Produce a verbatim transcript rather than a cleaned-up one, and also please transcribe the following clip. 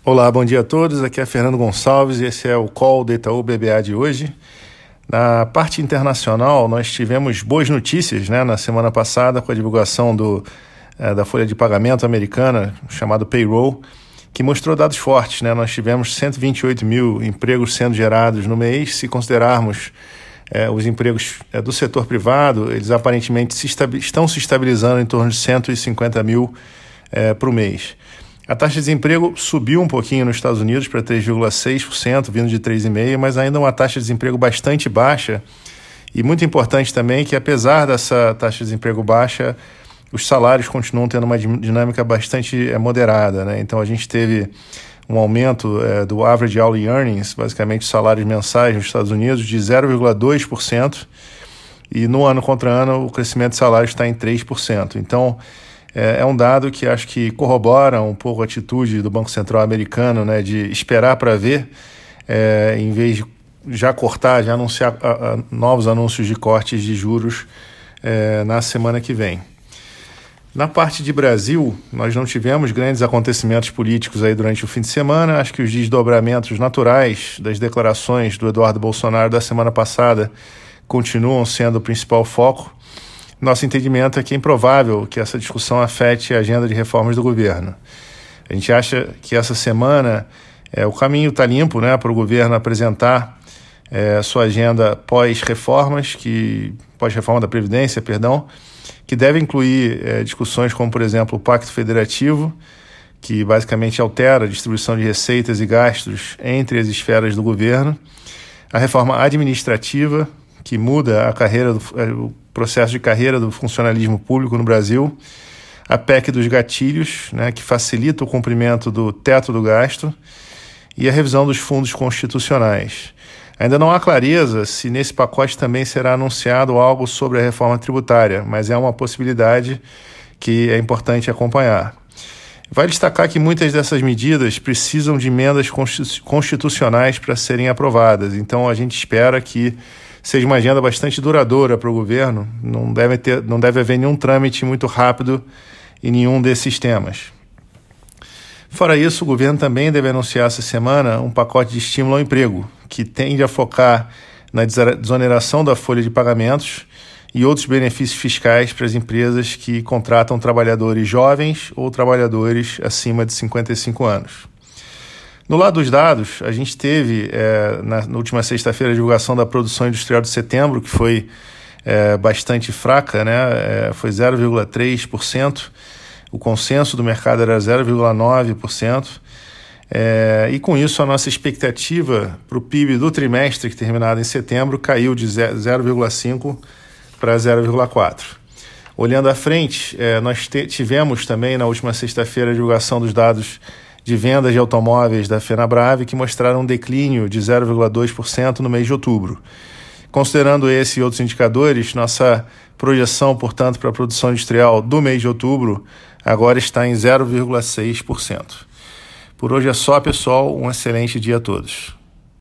Olá, bom dia a todos. Aqui é Fernando Gonçalves e esse é o Call do Itaú B B A de hoje. Na parte internacional, nós tivemos boas notícias, né, na semana passada com a divulgação do, é, da folha de pagamento americana, chamado Payroll, que mostrou dados fortes, né? Nós tivemos cento e vinte e oito mil empregos sendo gerados no mês. Se considerarmos é, os empregos é, do setor privado, eles aparentemente se estão se estabilizando em torno de cento e cinquenta mil é, por mês. A taxa de desemprego subiu um pouquinho nos Estados Unidos para três vírgula seis por cento, vindo de três vírgula cinco por cento, mas ainda uma taxa de desemprego bastante baixa. E muito importante também que, apesar dessa taxa de desemprego baixa, os salários continuam tendo uma dinâmica bastante é, moderada, né? Então a gente teve um aumento é, do average hourly earnings, basicamente os salários mensais nos Estados Unidos, de zero vírgula dois por cento, e no ano contra ano o crescimento de salários está em três por cento. Então é um dado que acho que corrobora um pouco a atitude do Banco Central americano, né, de esperar para ver, é, em vez de já cortar, já anunciar a, a, novos anúncios de cortes de juros é, na semana que vem. Na parte de Brasil, nós não tivemos grandes acontecimentos políticos aí durante o fim de semana. Acho que os desdobramentos naturais das declarações do Eduardo Bolsonaro da semana passada continuam sendo o principal foco. Nosso entendimento é que é improvável que essa discussão afete a agenda de reformas do governo. A gente acha que essa semana é, o caminho está limpo, né, para o governo apresentar é, sua agenda pós-reformas, que pós-reforma da Previdência, perdão, que deve incluir é, discussões como, por exemplo, o Pacto Federativo, que basicamente altera a distribuição de receitas e gastos entre as esferas do governo, a reforma administrativa, que muda a carreira do, o processo de carreira do funcionalismo público no Brasil, a P E C dos gatilhos, né, que facilita o cumprimento do teto do gasto, e a revisão dos fundos constitucionais. Ainda não há clareza se nesse pacote também será anunciado algo sobre a reforma tributária, mas é uma possibilidade que é importante acompanhar. Vale destacar que muitas dessas medidas precisam de emendas constitucionais para serem aprovadas, então a gente espera que seja uma agenda bastante duradoura para o governo. Não deve ter, não deve haver nenhum trâmite muito rápido em nenhum desses temas. Fora isso, o governo também deve anunciar essa semana um pacote de estímulo ao emprego, que tende a focar na desoneração da folha de pagamentos e outros benefícios fiscais para as empresas que contratam trabalhadores jovens ou trabalhadores acima de cinquenta e cinco anos. No lado dos dados, a gente teve, é, na, na última sexta-feira, a divulgação da produção industrial de setembro, que foi é, bastante fraca, né? É, foi zero vírgula três por cento, o consenso do mercado era zero vírgula nove por cento, é, e com isso a nossa expectativa para o P I B do trimestre, que terminado em setembro, caiu de zero vírgula cinco para zero vírgula quatro. Olhando à frente, é, nós te, tivemos também na última sexta-feira a divulgação dos dados de vendas de automóveis da Fenabrave, que mostraram um declínio de zero vírgula dois por cento no mês de outubro. Considerando esse e outros indicadores, nossa projeção, portanto, para a produção industrial do mês de outubro agora está em zero vírgula seis por cento. Por hoje é só, pessoal. Um excelente dia a todos.